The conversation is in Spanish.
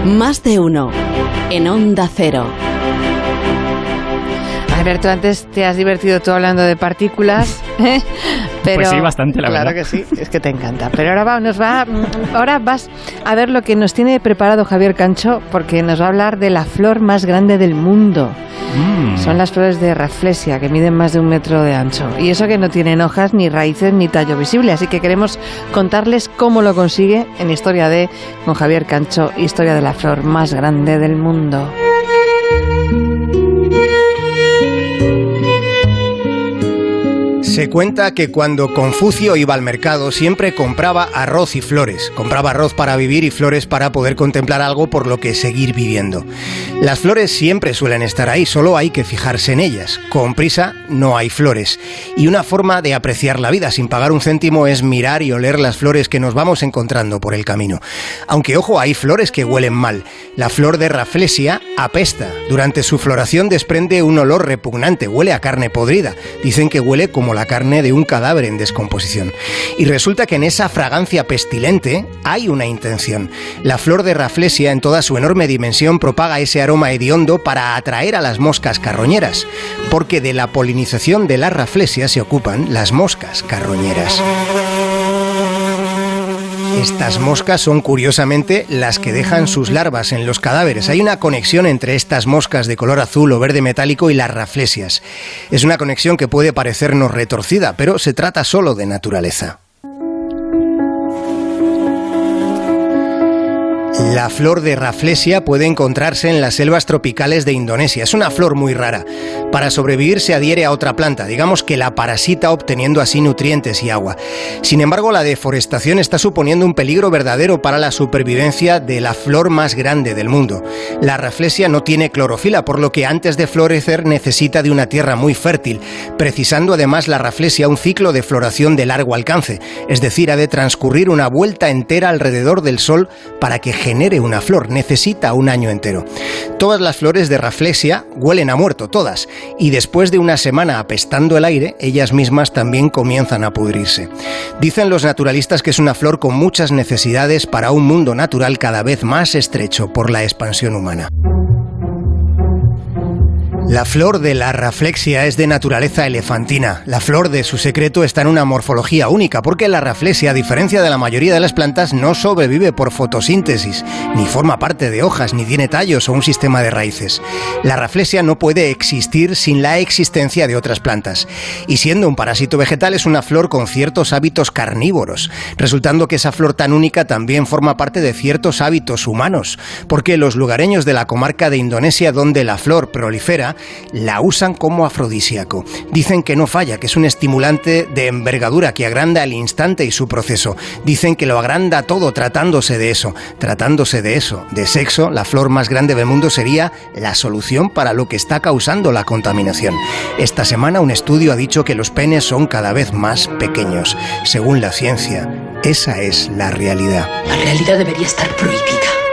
Más de uno en Onda Cero. Alberto, antes te has divertido tú hablando de partículas, pero pues sí, bastante, la claro verdad. que sí, es que te encanta. Pero ahora vas a ver lo que nos tiene preparado Javier Cancho, porque nos va a hablar de la flor más grande del mundo. Son las flores de Rafflesia, que miden más de 1 metro de ancho. Y eso que no tienen hojas, ni raíces, ni tallo visible. Así que queremos contarles cómo lo consigue en Historia de, con Javier Cancho, Historia de la flor más grande del mundo. Se cuenta que cuando Confucio iba al mercado siempre compraba arroz y flores. Compraba arroz para vivir y flores para poder contemplar algo por lo que seguir viviendo. Las flores siempre suelen estar ahí, solo hay que fijarse en ellas. Con prisa no hay flores. Y una forma de apreciar la vida sin pagar un céntimo es mirar y oler las flores que nos vamos encontrando por el camino. Aunque, ojo, hay flores que huelen mal. La flor de Rafflesia apesta. Durante su floración desprende un olor repugnante, huele a carne podrida. Dicen que huele como la carne de un cadáver en descomposición. Y resulta que en esa fragancia pestilente hay una intención. La flor de Rafflesia, en toda su enorme dimensión, propaga ese aroma hediondo para atraer a las moscas carroñeras, porque de la polinización de la Rafflesia se ocupan las moscas carroñeras. Estas moscas son, curiosamente, las que dejan sus larvas en los cadáveres. Hay una conexión entre estas moscas de color azul o verde metálico y las Rafflesias. Es una conexión que puede parecernos retorcida, pero se trata solo de naturaleza. La flor de Rafflesia puede encontrarse en las selvas tropicales de Indonesia. Es una flor muy rara. Para sobrevivir se adhiere a otra planta, digamos que la parasita, obteniendo así nutrientes y agua. Sin embargo, la deforestación está suponiendo un peligro verdadero para la supervivencia de la flor más grande del mundo. La Rafflesia no tiene clorofila, por lo que antes de florecer necesita de una tierra muy fértil, precisando además la Rafflesia un ciclo de floración de largo alcance, es decir, ha de transcurrir una vuelta entera alrededor del Sol para que genere una flor. Necesita un año entero. Todas las flores de Rafflesia huelen a muerto, todas, y después de una semana apestando el aire, ellas mismas también comienzan a pudrirse. Dicen los naturalistas que es una flor con muchas necesidades para un mundo natural cada vez más estrecho por la expansión humana. La flor de la Rafflesia es de naturaleza elefantina. La flor de su secreto está en una morfología única, porque la Rafflesia, a diferencia de la mayoría de las plantas, no sobrevive por fotosíntesis, ni forma parte de hojas, ni tiene tallos o un sistema de raíces. La Rafflesia no puede existir sin la existencia de otras plantas. Y siendo un parásito vegetal, es una flor con ciertos hábitos carnívoros, resultando que esa flor tan única también forma parte de ciertos hábitos humanos, porque los lugareños de la comarca de Indonesia donde la flor prolifera, la usan como afrodisíaco. Dicen que no falla, que es un estimulante de envergadura que agranda el instante y su proceso. Dicen que lo agranda todo tratándose de eso. De sexo, la flor más grande del mundo sería la solución para lo que está causando la contaminación. Esta semana un estudio ha dicho que los penes son cada vez más pequeños. Según la ciencia, esa es la realidad. La realidad debería estar prohibida.